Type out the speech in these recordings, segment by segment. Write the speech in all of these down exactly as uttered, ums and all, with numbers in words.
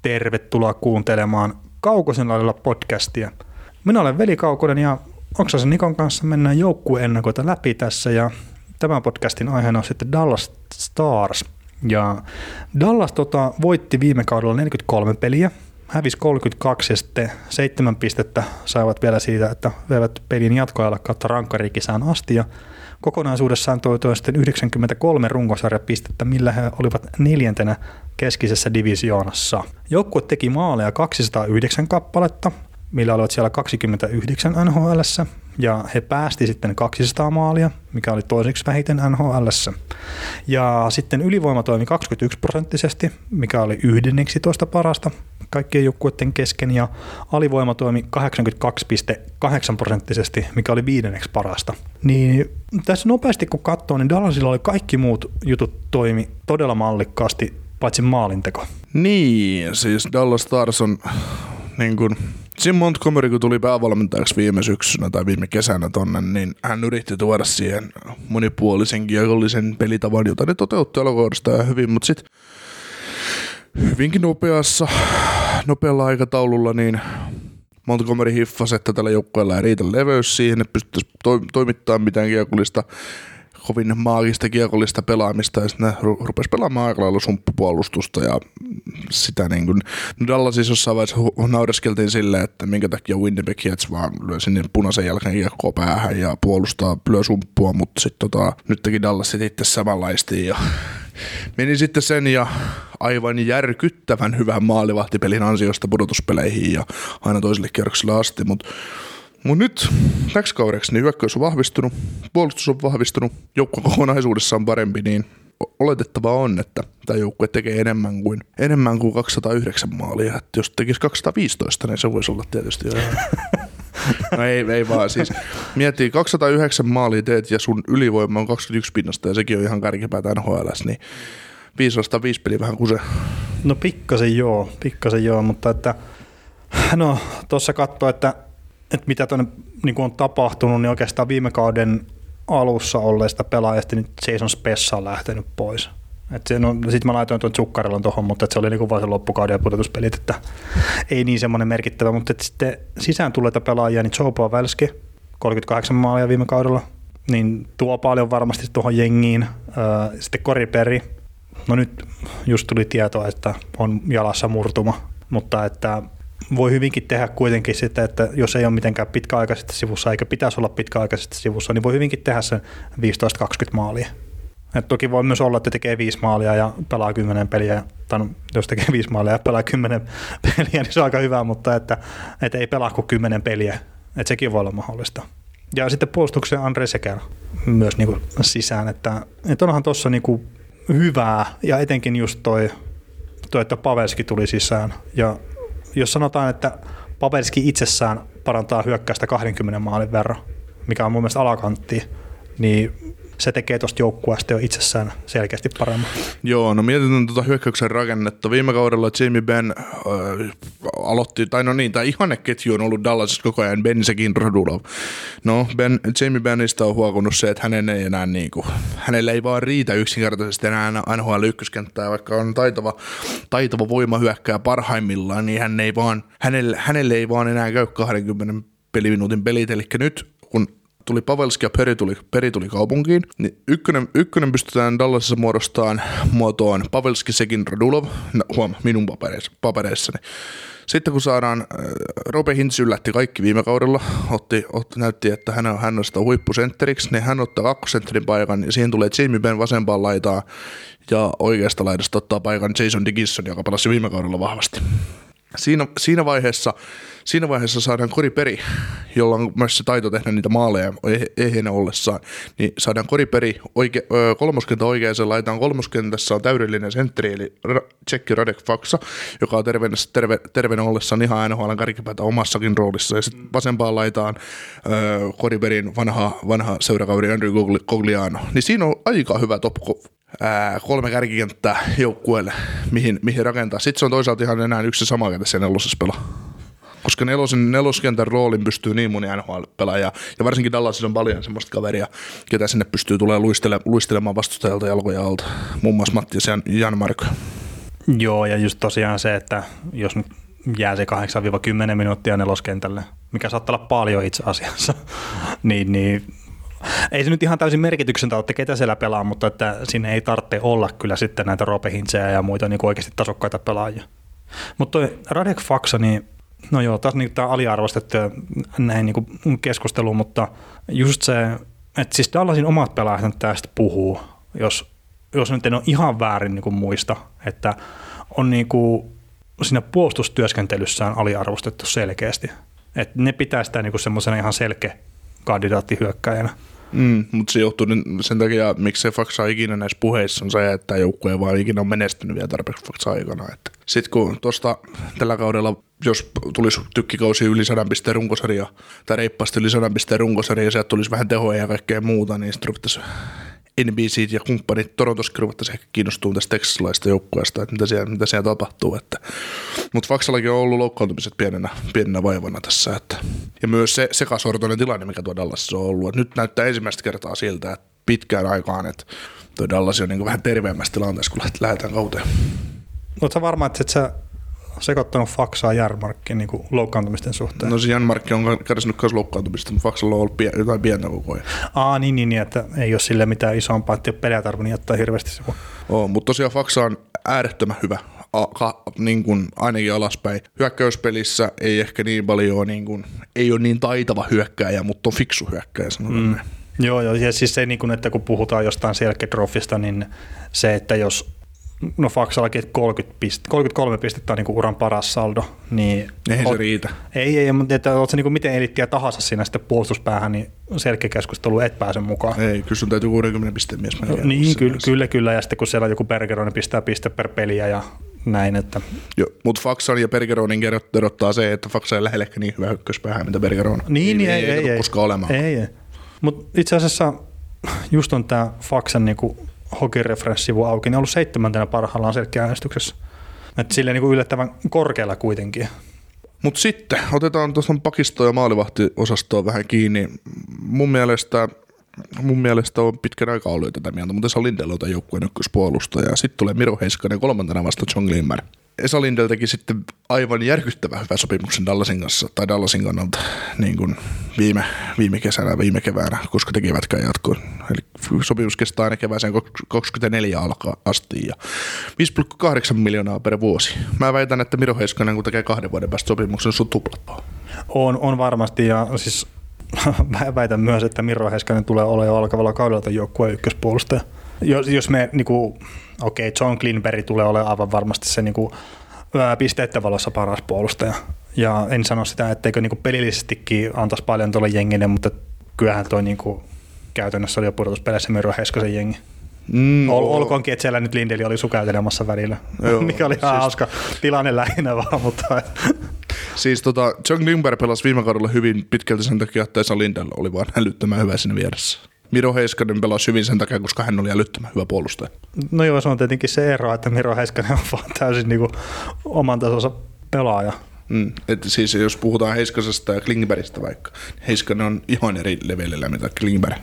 Tervetuloa kuuntelemaan Kaukosen laidalla podcastia. Minä olen Veli Kaukonen ja Oksasen Nikon kanssa mennään joukkueennakoita läpi tässä ja tämän podcastin aiheena on sitten Dallas Stars. Ja Dallas tota, voitti viime kaudella neljäkymmentäkolme peliä, hävisi kolmekymmentäkaksi ja sitten seitsemän pistettä saivat vielä siitä, että veivät pelin jatkoajalla kautta rankkarikisään asti ja kokonaisuudessaan toi, toi sitten yhdeksänkymmentäkolme runkosarjapistettä, millä he olivat neljäntenä keskisessä divisioonassa. Joukkue teki maaleja kaksisataayhdeksän kappaletta, millä olivat siellä kaksikymmentäyhdeksän N H L:ssä, ja he päästi sitten kaksisataa maalia, mikä oli toiseksi vähiten N H L:ssä. Ja sitten ylivoima toimi kaksikymmentäyksi prosenttisesti, mikä oli yhdenneksitoista parasta kaikkien joukkueiden kesken, ja alivoima toimi kahdeksankymmentäkaksi pilkku kahdeksan prosenttisesti, mikä oli viidenneksi parasta. Niin tässä nopeasti kun katsoo, niin Dallasilla oli kaikki muut jutut toimi todella mallikkaasti, paitsi maalinteko. Niin, siis Dallas Stars on niin kuin Jim Montgomery, kun tuli päävalmentajaksi viime syksynä tai viime kesänä tonne, niin hän yritti tuoda siihen monipuolisen kiekollisen pelitavan, jota ne toteutti alkukaudesta ja hyvin, mutta sitten hyvinkin nopeassa, nopealla aikataululla niin Montgomery hiffasi, että tällä joukkueella ei riitä leveys siihen, että pystyttäisiin to- toimittamaan mitään kiekollista, kovin maagista kiekollista pelaamista, ja sitten ne rupesi pelaamaan aika lailla sumppupuolustusta, ja sitä niin kuin Dallasissa jossain vaiheessa naureskeltiin silleen, että minkä takia Winnipeg Jets vaan lyö sinne punaisen jälkeen kiekkoa päähän ja puolustaa, lyö sumppua, mutta sitten tota, nyt teki Dallas itse samanlaistiin, ja meni sitten sen ja aivan järkyttävän hyvän maalivahtipelin ansiosta pudotuspeleihin ja aina toiselle kierrokselle asti, mutta Mut nyt täksi kaudeksi niin hyökkäys on vahvistunut, puolustus on vahvistunut, joukkue kokonaisuudessaan on parempi, niin oletettavaa on, että tämä joukkue tekee enemmän kuin, enemmän kuin kaksisataayhdeksän maalia. Että jos tekisi kaksisataaviisitoista, niin se voisi olla tietysti jo. No ei, ei vaan siis. Miettii, kaksisataayhdeksän maalia teet ja sun ylivoima on kaksikymmentäyksi pinnasta ja sekin on ihan kärkipäätä N H L:ssä, niin viisisataaviisi peli vähän kuin se. No pikkasen joo, pikkasen joo, mutta että no tuossa katsoo, että että mitä tuonne niin on tapahtunut, niin oikeastaan viime kauden alussa olleista pelaajista niin Jason Spezza on lähtenyt pois. No, sitten mä laitoin tuon Zuccarellon tuohon, mutta se oli niin vain se loppukauden ja pudotuspelit, että ei niin semmoinen merkittävä. Mutta sitten sisään tulleita pelaajia, niin Joe Pavelski, kolmekymmentäkahdeksan maalia viime kaudella, niin tuo paljon varmasti tuohon jengiin. Sitten Corey Perry, no nyt just tuli tietoa, että on jalassa murtuma, mutta että voi hyvinkin tehdä kuitenkin sitä, että jos ei ole mitenkään pitkäaikaisesti sivussa, eikä pitäisi olla pitkäaikaisesti sivussa, niin voi hyvinkin tehdä sen viisitoista kaksikymmentä maalia. Et toki voi myös olla, että tekee viisi maalia ja pelaa kymmenen peliä, tai no, jos tekee viisi maalia ja pelaa kymmenen peliä, niin se on aika hyvä, mutta että, että ei pelaa kuin kymmenen peliä, että sekin voi olla mahdollista. Ja sitten puolustuksen Andre Seker myös niin kuin sisään, että, että onhan tuossa niin kuin hyvää, ja etenkin just toi, toi, että Pavelski tuli sisään, ja jos sanotaan, että Pavelski itsessään parantaa hyökkäystä kaksikymmentä maalin verran, mikä on mun mielestä alakanttia, niin se tekee tuosta joukkueesta jo itsessään selkeästi paremmin. Joo, no mietitään tuota hyökkäyksen rakennetta. Viime kaudella Jamie Benn äh, aloitti, tai no niin, tämä ihanneketju on ollut Dallasissa koko ajan, Ben sekin Radulov. No, ben, Jamie Bennistä on huokunut se, että hänen ei enää niinku, hänelle ei vaan riitä yksinkertaisesti enää N H L ykköskenttää, vaikka on taitava, taitava voimahyökkääjä parhaimmillaan, niin hän ei vaan, hänelle, hänelle ei vaan enää käy kaksikymmentä peliminuutin pelit, eli nyt kun tuli Pavelski ja Peri tuli, Peri tuli kaupunkiin, niin ykkönen, ykkönen pystytään Dallasissa muodostamaan muotoon Pavelski, Sekin, Radulov, no, huom, minun papereissa, papereissani. Sitten kun saadaan, äh, Robe Hintz yllätti kaikki viime kaudella, otti, otti, näytti, että hän on, hän on sitä huippusentteriksi, niin hän ottaa kakkosentterin paikan, ja siihen tulee Jamie Benn vasempaan laitaan, ja oikeasta laidasta ottaa paikan Jason Dickinson, joka pelasi viime kaudella vahvasti. Siinä, siinä, vaiheessa, siinä vaiheessa saadaan Corey Perry, jolla on myös se taito tehdä niitä maaleja ehjänä ollessaan, niin saadaan Corey Perry oike, ö, kolmoskenttä oikeaan laitaan. Kolmoskentässä on täydellinen sentteri, eli Tsekki Radek Faksa, joka on terveenä, terve, terveenä ollessaan ihan N H L:n kärkipäätä omassakin roolissa. Ja sitten vasempaan laitaan ö, Corey Perryn vanha, vanha seurakaveri Andrew Cogliano. Niin siinä on aika hyvä top Ää, kolme kärkikenttää joukkueelle, mihin, mihin rakentaa. Sitten se on toisaalta ihan enää yksi sama, ketä siellä nelosessa pelaa. Koska nelosen, neloskentän roolin pystyy niin moni N H L-pelaaja, ja varsinkin Dallasissa on paljon semmoista kaveria, ketä sinne pystyy tulemaan luistele, luistelemaan vastustajalta jalkoja alta. Muun muassa Matti ja Jan Marko. Joo, ja just tosiaan se, että jos nyt jää se kahdeksan kymmenen minuuttia neloskentälle, mikä saattaa olla paljon itse asiassa, niin, niin ei se nyt ihan täysin merkityksen tautta, ketä siellä pelaa, mutta että sinne ei tarvitse olla kyllä sitten näitä Roope Hintzeä ja muita niin oikeasti tasokkaita pelaajia. Mutta toi Radek Faksa, niin no joo, taas niin tämä aliarvostettu näin niin keskusteluun, mutta just se, että siis Dallasin omat pelaajat tästä puhuu, jos, jos nyt en ole ihan väärin niin kuin muista, että on niin kuin siinä puolustustyöskentelyssään aliarvostettu selkeästi. Että ne pitää sitä niin semmoisena ihan selkeä kandidaattihyökkäjänä. Mm, mutta se johtuu sen takia, miksi se Faksa ikinä näissä puheissa on se, että joukkue ei vaan ikinä on menestynyt vielä tarpeeksi Faksa aikana. Sitten kun tuosta tällä kaudella, jos tulisi tykkikausi yli sadan pisteen runkosarja tai reippaasti yli sadan pisteen runkosarja ja sieltä tulisi vähän tehoja ja kaikkea muuta, niin sitten ruvettaisiin N B C ja kumppanit Torontossakin ruvettaisiin ehkä kiinnostumaan tästä texasilaista joukkueesta, että mitä siellä, mitä siellä tapahtuu. Mutta Faksallakin on ollut loukkaantumiset pienenä, pienenä vaivana tässä. Että. Ja myös se sekasortoinen tilanne, mikä tuo Dallasissa on ollut. Et nyt näyttää ensimmäistä kertaa siltä, että pitkään aikaan, että tuo Dallas on niin vähän terveemmässä tilanteessa, kun lähdetään kauteen. Oletko varma, että et sä sekoittanut Faksaa Jarmarkkiin niin loukkaantumisten suhteen? No se Jarmarkki on kärsinyt myös loukkaantumista, mutta Faksalla on ollut pie- jotain pientä koko ajan. Aa, niin, niin, niin, että ei ole sille mitään isompaa, että ei ole pelejä tarvinnut jättää hirveästi sivua. Oo, mutta tosiaan Faksa on äärettömän hyvä, A- ka- niin kuin ainakin alaspäin. Hyökkäyspelissä ei ehkä niin paljon, niin kuin, ei ole niin taitava hyökkääjä, mutta on fiksu hyökkääjä, sanotaan mm. Joo, joo, ja siis se, niin että kun puhutaan jostain selkeä-droffista, niin se, että jos no Faksallakin kolmekymmentä pistettä, kolmekymmentäkolme pistettä on niin kuin uran paras saldo. Niin ei oot, se riitä. Ei, ei, mutta että oletko niin kuin miten elittiä tahansa siinä sitten puolustuspäähän, niin selkeä keskustelu et pääse mukaan. Ei, kyllä sun täytyy kuusikymmentä pisteen mies mennä. No, niin, kyllä, kyllä, kyllä, ja sitten kun siellä on joku Bergeron, niin pistää piste per peliä ja näin. Että. Joo, mutta Faksan ja Bergeronin erottaa se, että Faksa ei lähellekään niin hyvä hyökkäyspäähän, mitä Bergeron. Niin, ei, ei, ei, ei, ei koskaan olemaan. Ei, ei. Mutta itse asiassa just on tämä Faksan niinku Hockey Reference-sivu auki, niin on ollut seitsemäntenä parhaillaan selkeä-äänestyksessä. Että silleen niin yllättävän korkealla kuitenkin. Mutta sitten otetaan tuosta pakisto- ja maalivahtiosastoa vähän kiinni. Mun mielestä, mun mielestä on pitkän aikaa ollut tätä mieltä, mutta Esa Lindell on tämän joukkueen ykköspuolustaja. Sitten tulee Miro Heiskanen kolmantena vasta John Glimmer. Esa Lindell teki sitten aivan järkyttävän hyvän sopimuksen Dallasin kanssa, tai Dallasin kannalta niin kuin viime, viime kesänä, viime keväänä, koska tekivätkään jatkoon. Eli sopimus kestää aina kevääseen kaksikymmentäneljä alkaa asti ja viisi pilkku kahdeksan miljoonaa per vuosi. Mä väitän, että Miro Heiskanen, kun tekee kahden vuoden päästä sopimuksen, se on tuplattua. On, on varmasti, ja siis väitän myös, että Miro Heiskanen tulee olemaan jo alkavalla kaudella tämän joukkueen ykköspuolustaja. Jos, jos me, niinku, okei, okay, John Klingberg tulee olemaan aivan varmasti se niinku, pisteiden valossa paras puolustaja. Ja en sano sitä, etteikö niinku pelillisestikin antaisi paljon tuolle jengille, mutta kyllähän toi niinku, käytännössä oli jo pudotuspeleissä Miro Heiskasen jengi. Mm, Ol, olkoonkin, että siellä nyt Lindeli oli sukäytelemassa välillä, joo, mikä oli ihan siis hauska tilanne lähinnä vaan. Mutta siis tota, John Klingberg pelasi viime kaudella hyvin pitkälti sen takia, että Esa Lindell oli vaan älyttömän hyvä siinä vieressä. Miro Heiskanen pelasi hyvin sen takia, koska hän oli älyttömän hyvä puolustaja. No joo, se on tietenkin se ero, että Miro Heiskanen on vaan täysin niin kuin oman tasonsa pelaaja. Mm, että siis jos puhutaan Heiskasesta ja Klingbergistä vaikka, Heiskanen on ihan eri levelillä mitä Klingberg.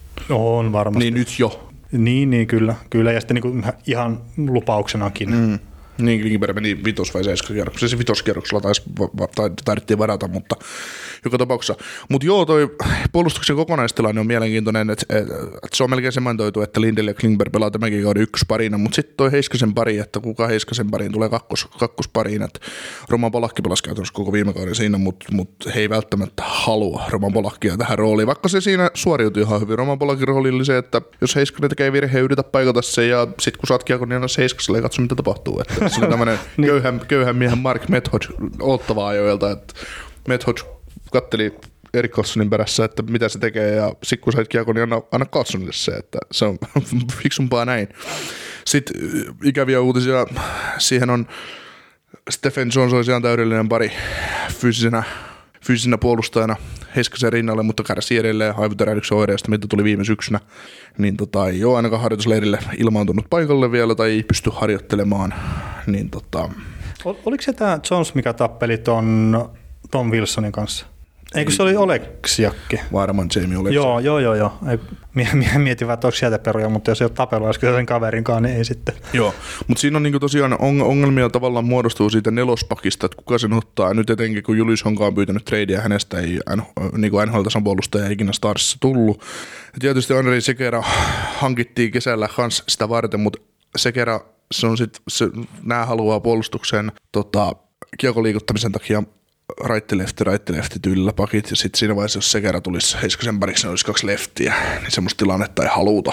On varmasti. Niin nyt jo. Niin, niin kyllä, kyllä. Ja sitten niin kuin ihan lupauksenakin. Mm. Niin, Klingberg meni vitos- vai seiskakierroksella. Se vitoskierroksella taisi, taidettiin varata, mutta joka tapauksessa. Mutta joo, toi puolustuksen kokonaistilanne on mielenkiintoinen, että et, et se on melkein semantoitu, että Lindell ja Klingberg pelaa tämänkin kauden ykkösparina, mutta sitten toi Heiskasen pari, että kuka Heiskasen pariin tulee kakkos, kakkospariin, että Roman Polakki pelasi käytännössä koko viime kauden siinä, mutta mut he ei välttämättä halua Roman Polakkia tähän rooliin, vaikka se siinä suoriutui ihan hyvin. Roman Polakin rooli oli se, että jos Heiskanen tekee virheen, yritä paikata se ja sitten kun saat kiekon, niin anna se Heiskaselle ja katso mitä tapahtuu. Että se oli tämmöinen köyhän, köyhän miehen Mark Method ottavaa ajoilta, että Method katteli Erik Karlssonin perässä, että mitä se tekee, ja sitten kun sait kiekon, niin anna, anna Karlssonille se, että se on fiksumpaa näin. Sitten ikäviä uutisia, siihen on Stephen Jones olisi ihan täydellinen pari fyysisenä, fyysisenä puolustajana Heiskasen rinnalle, mutta kärsi edelleen aivotärähdyksen oireista, mitä tuli viime syksynä, niin tota, ei ole ainakaan harjoitusleirille ilmaantunut paikalle vielä tai ei pysty harjoittelemaan. Niin tota. Ol, oliko se tämä Jones, mikä tappeli ton Tom Wilsonin kanssa? Eikö se oli Oleksiakki? Varmaan Jamie Oleksiak. Joo, joo, joo. joo. Mietin vaan, että onko sieltä peruja, mutta jos ei ole tapelua, olisiko sen kaverinkaan, niin ei sitten. Joo, mutta siinä on niinku tosiaan ongelmia tavallaan muodostuu siitä nelospakista, että kuka sen ottaa. Nyt etenkin, kun Julius Honka on pyytänyt tradeja, hänestä ei niinku N H L-tason puolustaja ikinä Starsissa tullut. Ja tietysti Andrei Sekera hankittiin kesällä kans sitä varten, mutta Sekera, se on sit, se, nää haluaa puolustukseen tota, kiekoliikuttamisen takia raitti-lefti, raitti-lefti tyylillä pakit, ja sitten siinä vaiheessa, jos Sekera tulisi Heiskasen pariksi, olisi kaksi leftiä, niin semmoista tilannetta ei haluta.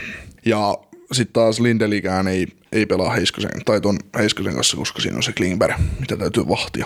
Ja sitten taas Lindelikään ei, ei pelaa Heiskasen, tai ton Heiskasen kanssa, koska siinä on se Klingberg, mitä täytyy vahtia.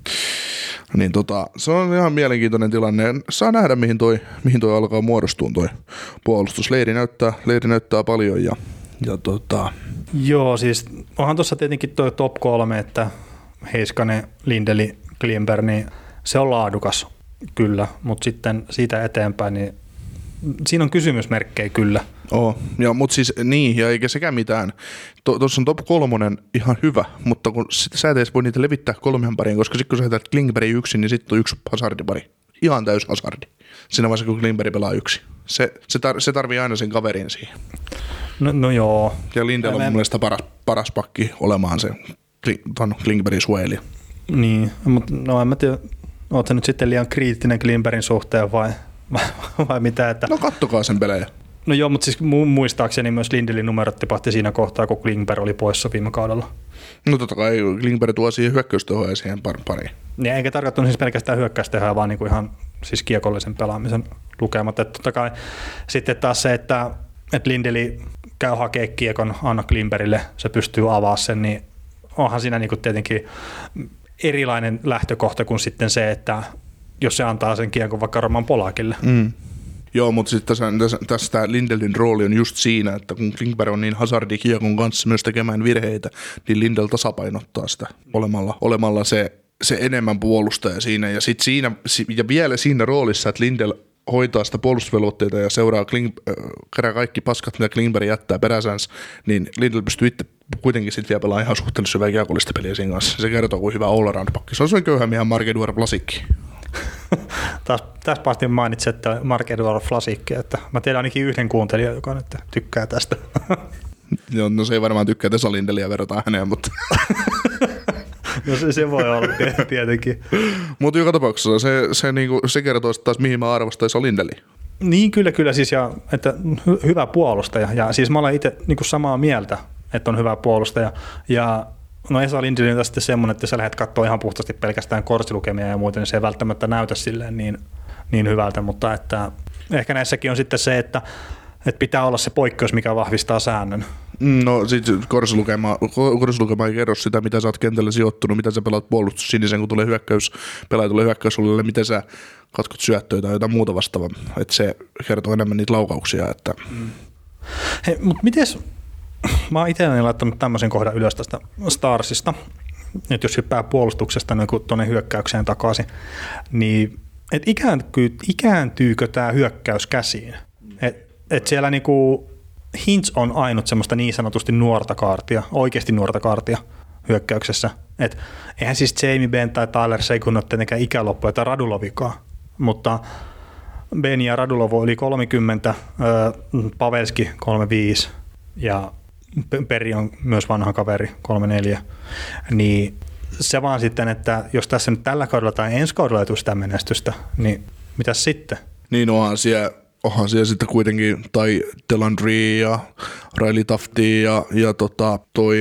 Niin tota, se on ihan mielenkiintoinen tilanne. Saa nähdä, mihin toi, mihin toi alkaa muodostua toi puolustus. Leiri näyttää, leiri näyttää paljon, ja, ja tota... Joo, siis onhan tuossa tietenkin toi top kolme, että Heiskanen, Lindeli, Klingberg, niin se on laadukas kyllä, mutta sitten siitä eteenpäin, niin siinä on kysymysmerkkejä kyllä. Oo, ja, mutta siis niin, ja eikä sekään mitään. Tuossa on top kolmonen ihan hyvä, mutta kun sitä sä et edes voi niitä levittää kolmeen pariin, koska sitten kun sä heität Klingbergin yksin, niin sitten on yksi hazardipari. Ihan täys hazardi. Siinä vaiheessa, kun Klingberg pelaa yksi. Se, se, tar, se tarvii aina sen kaverin siihen. No, no joo. Ja Lindell on mun mielestä paras, paras pakki olemaan se ton Klingbergin suojelija. Niin, mutta no en mä tiedä, ootko nyt sitten liian kriittinen Klingbergin suhteen vai, vai, vai mitä? Että... No kattokaa sen pelejä. No joo, mutta siis muistaakseni myös Lindelin numerot tipahti siinä kohtaa, kun Klingberg oli poissa viime kaudella. No totta kai Klingberg tuo siihen hyökkäystehoa ja siihen par- pariin. Ja eikä tarkoittanut siis pelkästään hyökkäystehoa, vaan niinku ihan siis kiekollisen pelaamisen lukemat. Että totta kai sitten taas se, että, että Lindeli käy hakee kiekon Anna Klingbergille, se pystyy avaamaan sen, niin onhan siinä niinku tietenkin erilainen lähtökohta kuin sitten se, että jos se antaa sen kiekon vaikka Roman Polakille. Mm. Joo, mutta sitten tässä, tässä tämä Lindelin rooli on just siinä, että kun Klingberg on niin hazardi kiekon kanssa myös tekemään virheitä, niin Lindell tasapainottaa sitä olemalla, olemalla se, se enemmän puolustaja siinä. Ja, sit siinä. ja vielä siinä roolissa, että Lindell hoitaa sitä puolustusvelvoitteita ja seuraa Kling, äh, kerää kaikki paskat, mitä Klingberg jättää peräsänsä, niin Lindell pystyy itse kuitenkin sitten vielä pelaamaan ihan suhteellisen hyvää kiekollista peliä siinä kanssa. Se kertoo, kuin hyvä all-around-pakki. Se on sellainen köyhä ihan Marc-Edouard Vlasikki. Taas, tässä päästiin mainitsi, että Marc-Edouard Vlasikki, että mä tiedän ainakin yhden kuuntelijan, joka nyt tykkää tästä. Joo, no se ei varmaan tykkää Tessa Lindelia verrataan häneen, mutta... No se, se voi olla tietenkin. Mutta joka tapauksessa se, se, niinku, se kertoo taas, mihin mä arvostan Tessa Lindelia. Niin kyllä, kyllä siis, ja, että hy, hyvä puolustaja, ja siis mä olen itse niinku samaa mieltä, että on hyvä puolustaja, ja no Esa Lindell on sitten semmoinen, että sä lähdet katsoa ihan puhtaasti pelkästään korsilukemia ja muuten, niin se ei välttämättä näytä silleen niin, niin hyvältä, mutta että ehkä näissäkin on sitten se, että, että pitää olla se poikkeus, mikä vahvistaa säännön. No sitten korsilukema, korsilukema ei kerro sitä, mitä sä oot kentällä sijoittunut, mitä sä pelaat puolustus sinisen, kun tulee hyökkäys, pelaaja tulee hyökkäysolelle, miten sä katkot syöttöä tai jotain muuta vastaavaa, että se kertoo enemmän niitä laukauksia. Että... Mm. Hei, mutta mites... Mä oon itselläni laittanut tämmöisen kohdan ylös tästä Starsista, että jos hyppää puolustuksesta niin tuonne hyökkäykseen takaisin, niin et ikääntyy, ikääntyykö tämä hyökkäys käsiin? Et, et siellä niinku Hintz on ainut semmoista niin sanotusti nuorta kaartia, oikeasti nuorta kaartia hyökkäyksessä. Et eihän siis Jamie Benn tai Tyler Seguin ole tietenkään ikäloppuja tai Radulovikaan, mutta Ben ja Radulov oli kolmekymmentä, Pavelski kolmekymmentäviisi ja Peri on myös vanha kaveri, kolme neljä, niin se vaan sitten, että jos tässä nyt tällä kaudella tai ensi kaudella ei tule sitä menestystä, niin mitäs sitten? Niin onhan siellä, onhan siellä sitten kuitenkin tai Delandry ja Riley Tafti ja, ja tota, toi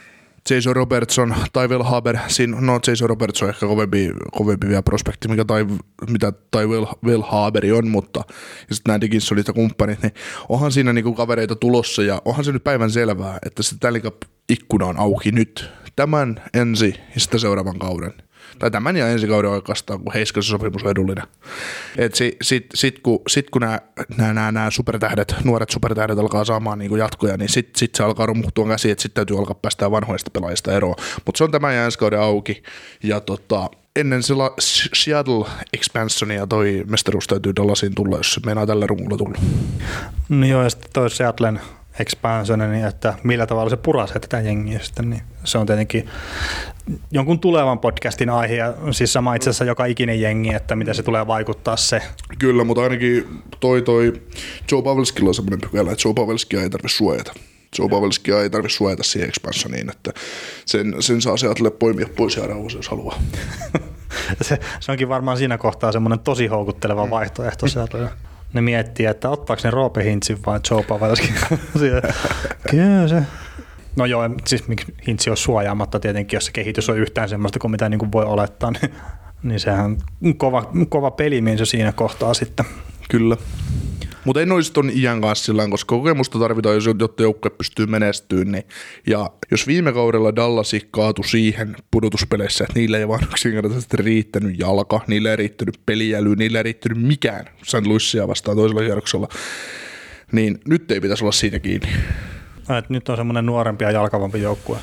Jason Robertson tai Will Haber, siinä, no Jason Robertson on ehkä kovempi, kovempi vielä prospekti, mikä tai, mitä tai Will, Will Haberi on, mutta ja sitten nämä Dickinsolit ja kumppanit, niin onhan siinä niinku kavereita tulossa ja onhan se nyt päivän selvää, että se Stanley Cup-ikkuna on auki nyt tämän ensi ja sitten seuraavan kauden. Tai tämän ja ensi kauden oikeastaan, kun Heiskasen sopimus on edullinen. Et sit, sit, sit, kun, sit kun nämä, nämä, nämä supertähdet, nuoret supertähdet alkaa saamaan niin jatkoja, niin sitten sit se alkaa rummuhtua käsiin, että sitten täytyy alkaa päästää vanhoista pelaajista eroon. Mutta se on tämän ja ensi kauden auki. Ja tota, ennen sillä Seattle expansionia toi mestaruus täytyy Dallasiin tulla, jos se meinaa tällä rungulla tulla. No joo, ja sitten toi Seattlen expansioni, niin että millä tavalla se purasee tätä jengiä sitten, niin se on tietenkin jonkun tulevan podcastin aihe, ja siis sama itse asiassa joka ikinen jengi, että miten se tulee vaikuttaa se. Kyllä, mutta ainakin toi toi Joe Pavelskilla on semmoinen pykälä, että Joe Pavelskia ei tarvitse suojata. Joe Pavelskia ei tarvitse suojata siihen expansioniin, että sen, sen saa Seattle poimia pois ja rauhassa, jos haluaa. se, se onkin varmaan siinä kohtaa semmoinen tosi houkutteleva vaihtoehto Seattle. Ne miettii, että ottaako ne Roope Hintzin vai Joe Pavelskin. Kyllä se. No joo, siis miksi Hintzi on suojaamatta tietenkin, jos se kehitys on yhtään semmoista kuin mitä niin kuin voi olettaa, niin, niin sehän on kova, kova pelimies jo siinä kohtaa sitten. Kyllä. Mutta en olisi ton iän kanssa sillä, koska kokemusta tarvitaan, jos jotta joukkue pystyy menestyyn. Niin. Ja jos viime kaudella Dallasi kaatui siihen pudotuspeleissä, että niillä ei vaan yksinkertaisesti riittänyt jalka, niillä ei riittänyt pelijäly, niillä ei riittänyt mikään Saint Louisia vastaan toisella kierroksella, niin nyt ei pitäisi olla siitä kiinni. Et nyt on semmoinen nuorempi ja jalkavampi joukkue.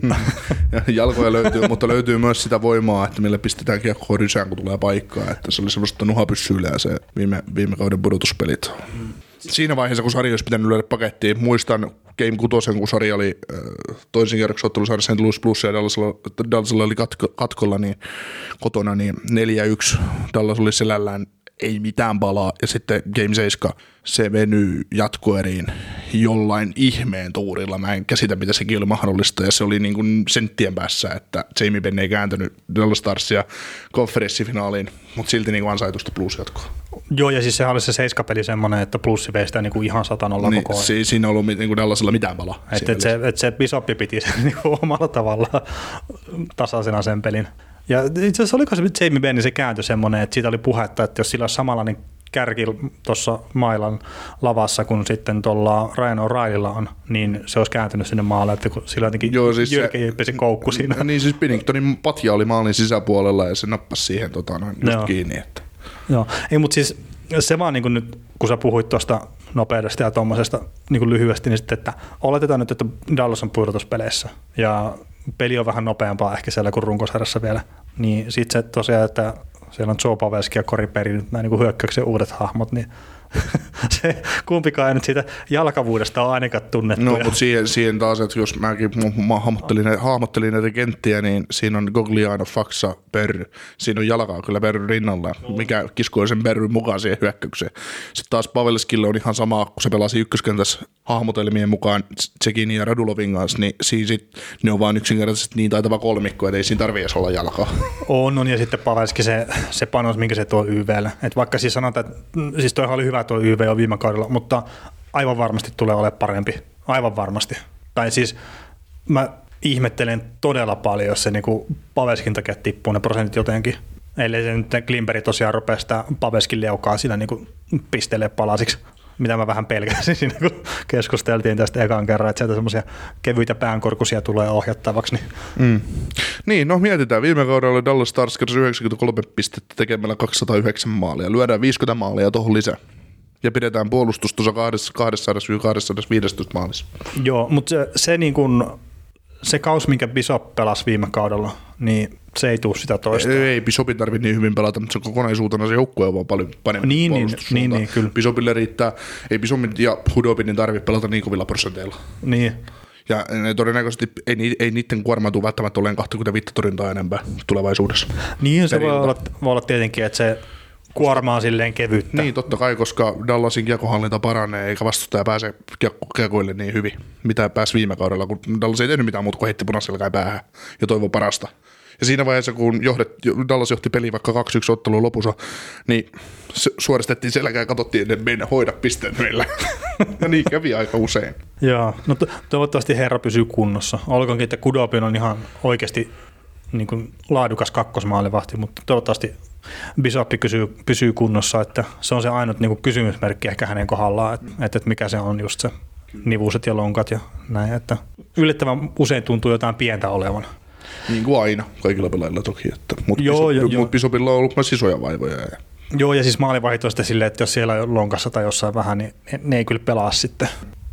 Jalkoja löytyy, mutta löytyy myös sitä voimaa, että millä pistetään kiekkoa rysään, kun tulee paikkaa. Että se oli semmoista nuhapyssyillä ja se viime, viime kauden pudotuspelit. Mm. Siinä vaiheessa, kun sarja olisi pitänyt lyödä pakettiin, muistan Game kuusi, kun sarja oli äh, toisen kierroksen ottelusarja Saint Louis Plus ja Dallasilla, Dallasilla oli katko, katkolla niin, kotona, niin neljä yksi. Dallas oli selällään, ei mitään palaa, ja sitten Game seitsemän, se venyy jatkoeriin jollain ihmeen tuurilla. Mä en käsitä, mitä sekin oli mahdollista, ja se oli niin kuin senttien päässä, että Jamie Benn ei kääntänyt Dallas Starsia konferenssifinaaliin, mutta silti niin kuin ansaitusta plus jatkoa. Joo, ja siis sehän oli se seiskapeli semmoinen, että plussi vei sitä niin kuin ihan satanolla niin, koko ajan. Si- siinä ei ollut niin kuin Dallasilla mitään palaa. Että et se, et se Bisoppi piti sen niin kuin omalla tavallaan tasaisena sen pelin. Ja itse asiassa oliko se Jamie Benn se kääntö semmoinen, että siitä oli puhetta, että jos sillä olisi samanlainen kärki tuossa mailan lavassa kuin sitten tuolla Ryan O'Reillylla on, niin se olisi kääntynyt sinne maalle, että kun sillä jotenkin siis jyrkä jippisi koukku siinä. Niin siis Binningtonin patja oli maalin sisäpuolella ja se nappasi siihen tota, noin just kiinni. Että. Joo, ei mutta siis se vaan niin kuin nyt, kun sä puhuit tuosta nopeudesta ja tuommoisesta niin lyhyesti, niin sitten, että oletetaan nyt, että Dallas on pudotuspeleissä ja peli on vähän nopeampaa ehkä siellä kuin runkosarjassa vielä, niin sitten se tosiaan, että siellä on Joe Pavelski ja Corey Perry, nyt nämä niin hyökkäyksen uudet hahmot, niin se kumpikaan ei nyt siitä jalkavuudesta ole ainakaan tunnettu. No, mutta siihen, siihen taas, että jos mäkin mä hahmottelin, hahmottelin näitä kenttiä, niin siinä on Gogliano, Faksa, Perry. Siinä on jalkaa kyllä Perry rinnalla, mikä kiskoi sen Perryn mukaan siihen hyökkäykseen. Sitten taas Pavelskille on ihan sama, kun se pelasi ykköskentässä hahmotelmien mukaan Tsekin ja Radulovin kanssa, niin siinä sit, ne on vaan yksinkertaisesti niin taitava kolmikko, että ei siinä tarvitse edes olla jalkaa. On, on, ja sitten Pavelski se, se panos, minkä se tuo Y V:lle. Et vaikka siis sanotaan, että siis toihan oli hyvä tuo Y V on viime kaudella, mutta aivan varmasti tulee olemaan parempi. Aivan varmasti. Tai siis mä ihmettelen todella paljon, jos se niinku Pavelskin takia tippuu ne prosentit jotenkin. Ellei se nyt Klimberg tosiaan rupea sitä Pavelskin leukaa siinä niinku pistelee palasiksi, mitä mä vähän pelkäsin siinä, kun keskusteltiin tästä ekan kerran, että sieltä semmoisia kevyitä päänkorkuisia tulee ohjattavaksi. Niin. Mm. Niin, no mietitään. Viime kaudella Dallas Stars kersi yhdeksänkymmentäkolme pistettä tekemällä kaksisataayhdeksän maalia. Lyödään viisikymmentä maalia tuohon lisää. Ja pidetään puolustus tuossa kaksisataaviisitoista maalissa. Joo, mutta se, se, niin kun, se kaus, minkä Bishop pelasi viime kaudella, niin se ei tule sitä toista. Ei, ei Bishopin tarvitse niin hyvin pelata, mutta se kokonaisuutena se joukkue on vaan paljon paremmin niin, niin, niin, kyllä. Bishopille riittää, ei Bishopin ja Hudobinin tarvitse pelata niin kovilla prosenteilla. Niin. Ja ne todennäköisesti ei, ei niiden kuorma tule välttämättä olemaan kaksikymmentäviisi torjuntaa enempää tulevaisuudessa. Niin, se voi olla, voi olla tietenkin, että se kuorma on silleen kevyttä. Niin, totta kai, koska Dallasin kiekohallinta paranee, eikä vastustaja pääse kiekoille niin hyvin, mitä pääsi viime kaudella, kun Dallas ei tehnyt mitään muuta kuin heitti punaselkään päähän ja toivoi parasta. Ja siinä vaiheessa, kun johdet, Dallas johti peliin vaikka kaksi yksi ottelun lopussa, niin suoristettiin selkää ja katsottiin, että mennä hoida pisteen meillä. Ja niin kävi aika usein. Joo, no to- toivottavasti herra pysyy kunnossa. Olkoonkin, että Kudobin on ihan oikeasti niin kuin laadukas kakkosmaalivahti, mutta toivottavasti Bishop pysyy, pysyy kunnossa, että se on se ainut niin kuin kysymysmerkki ehkä hänen kohdallaan, että, että mikä se on just se nivuset ja lonkat ja näin, että yllättävän usein tuntuu jotain pientä olevan. Niin kuin aina, kaikilla pelaajilla toki, mutta Bishop, mut Bishopilla on ollut myös isoja vaivoja. Ja. Joo, ja siis maalivahit on sitten silleen, että jos siellä on lonkassa tai jossain vähän, niin ne ei kyllä pelaa sitten.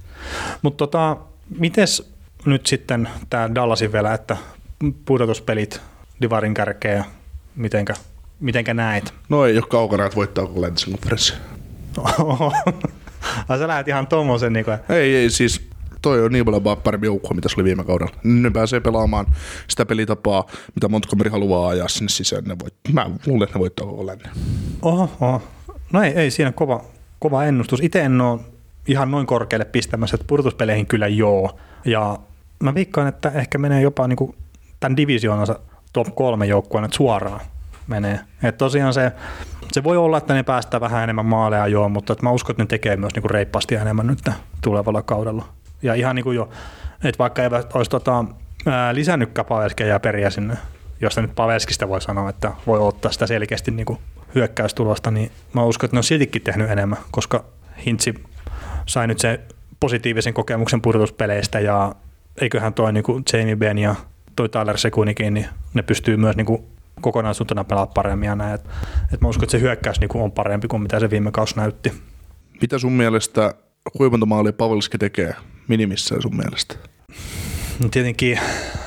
Mutta tota, mites nyt sitten tämä Dallasin vielä, että pudotuspelit divarin kärkeä, mitenkä, mitenkä näet? No ei ole kaukana, että voittaa koko läntisen konferenssin. Ai sä lähdet ihan tommosen niin kuin. Ei, ei siis toi on niin paljon parempi joukko, mitä se oli viime kaudella. Ne pääsee pelaamaan sitä pelitapaa, mitä Montgomery haluaa ajaa sinne sisään. Ne voit, mä luulen, että ne voittaa koko lännen. Oho, oho. No ei, ei siinä kova, kova ennustus. Itse en ole ihan noin korkealle pistämässä, että pudotuspeleihin kyllä joo. Ja mä veikkaan, että ehkä menee jopa niin kuin tämän divisioonansa top kolme joukkueen, että suoraan menee. Että tosiaan se, se voi olla, että ne päästää vähän enemmän maaleja joo, mutta että mä uskon, että ne tekee myös niin kuin reippaasti enemmän nyt tulevalla kaudella. Ja ihan niin kuin jo, että vaikka ei olisi tota, ää, lisännytkään Pavelskejä periä sinne, josta nyt Pavelskista voi sanoa, että voi ottaa sitä selkeästi niin kuin hyökkäystulosta, niin mä uskon, että ne on siltikin tehnyt enemmän, koska Hintsi sai nyt se positiivisen kokemuksen pudotuspeleistä ja eiköhän toi niin kuin Jamie Benn ja toi Tyler Sekunikin, niin ne pystyy myös niin kuin kokonaisuutena pelaamaan paremmin ja näin. Et, et mä uskon, että se hyökkäys niin kuin on parempi kuin mitä se viime kausi näytti. Mitä sun mielestä huipuntamaalia Pavelski tekee minimissään sun mielestä? No tietenkin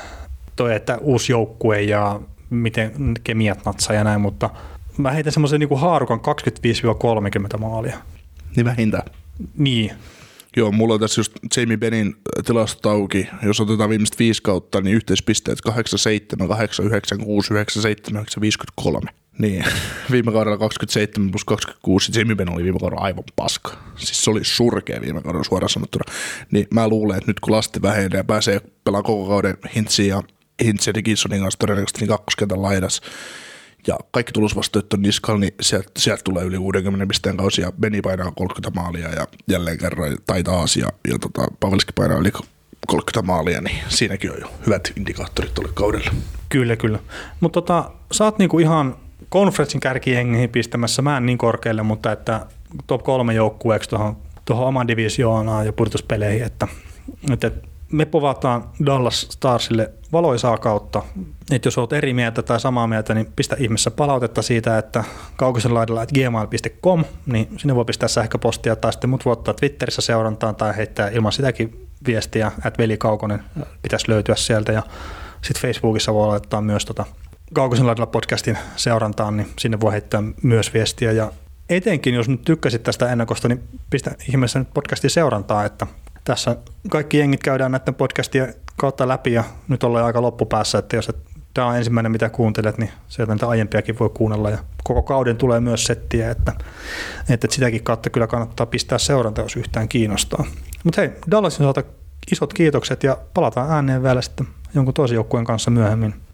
toi, että uusi joukkue ja miten kemiat natsaa ja näin, mutta mä heitän semmoisen niin kuin haarukan kaksikymmentäviisi kolmekymmentä maalia. Niin vähintään. Niin. Joo, mulla on tässä just Jamie Bennin tilastot auki. Jos otetaan viimeiset viisi kautta, niin yhteispisteet kahdeksan seitsemän, kahdeksan yhdeksän, kuusi yhdeksän seitsemän, yhdeksän viisikymmentäkolme. Niin, viime kaudella kaksikymmentäseitsemän plus kaksikymmentäkuusi, Jamie Benn oli viime kaudella aivan paska. Siis se oli surkea viime kaudella suoraan sanottuna. Niin mä luulen, että nyt kun lasti vähenee ja pääsee pelaamaan koko kauden Hintsin ja Hintsin ja Dickinsonin kanssa todennäköisesti niin kakkoskentän laidas, ja kaikki tulusvastoit on niskalla, niin sieltä, sieltä tulee yli kuusikymmentä pisteen kausi, ja Benni painaa kolmekymmentä maalia, ja jälleen kerran, tai taas, ja, ja tota, Pavelski painaa yli kolmekymmentä maalia, niin siinäkin on jo hyvät indikaattorit tuolle kaudelle. Kyllä, kyllä. Mutta tota, sä oot niinku ihan konferenssin kärkijengiin pistämässä, mä en niin korkealle, mutta että top kolme joukkueeksi tuohon, tuohon oman divisioonaan ja pudotuspeleihin, että, että me povataan Dallas Starsille valoisaa kautta, että jos olet eri mieltä tai samaa mieltä, niin pistä ihmeessä palautetta siitä, että kaukosen laidalla at gmail piste com, niin sinne voi pistää sähköpostia tai sitten mut voi ottaa Twitterissä seurantaan tai heittää ilman sitäkin viestiä, että Veli Kaukonen pitäisi löytyä sieltä ja sitten Facebookissa voi laittaa myös tota Kaukosen laidalla podcastin seurantaan, niin sinne voi heittää myös viestiä ja etenkin jos nyt tykkäsit tästä ennakosta, niin pistä ihmeessä nyt podcastin seurantaa, että tässä kaikki jengit käydään näiden podcastien kautta läpi ja nyt ollaan aika loppupäässä, että jos et, tämä on ensimmäinen mitä kuuntelet, niin sieltä niitä aiempiakin voi kuunnella ja koko kauden tulee myös settiä, että, että sitäkin kautta kyllä kannattaa pistää seuranta, jos yhtään kiinnostaa. Mutta hei, Dallasin osalta isot kiitokset ja palataan ääneen vielä sitten jonkun toisen joukkueen kanssa myöhemmin.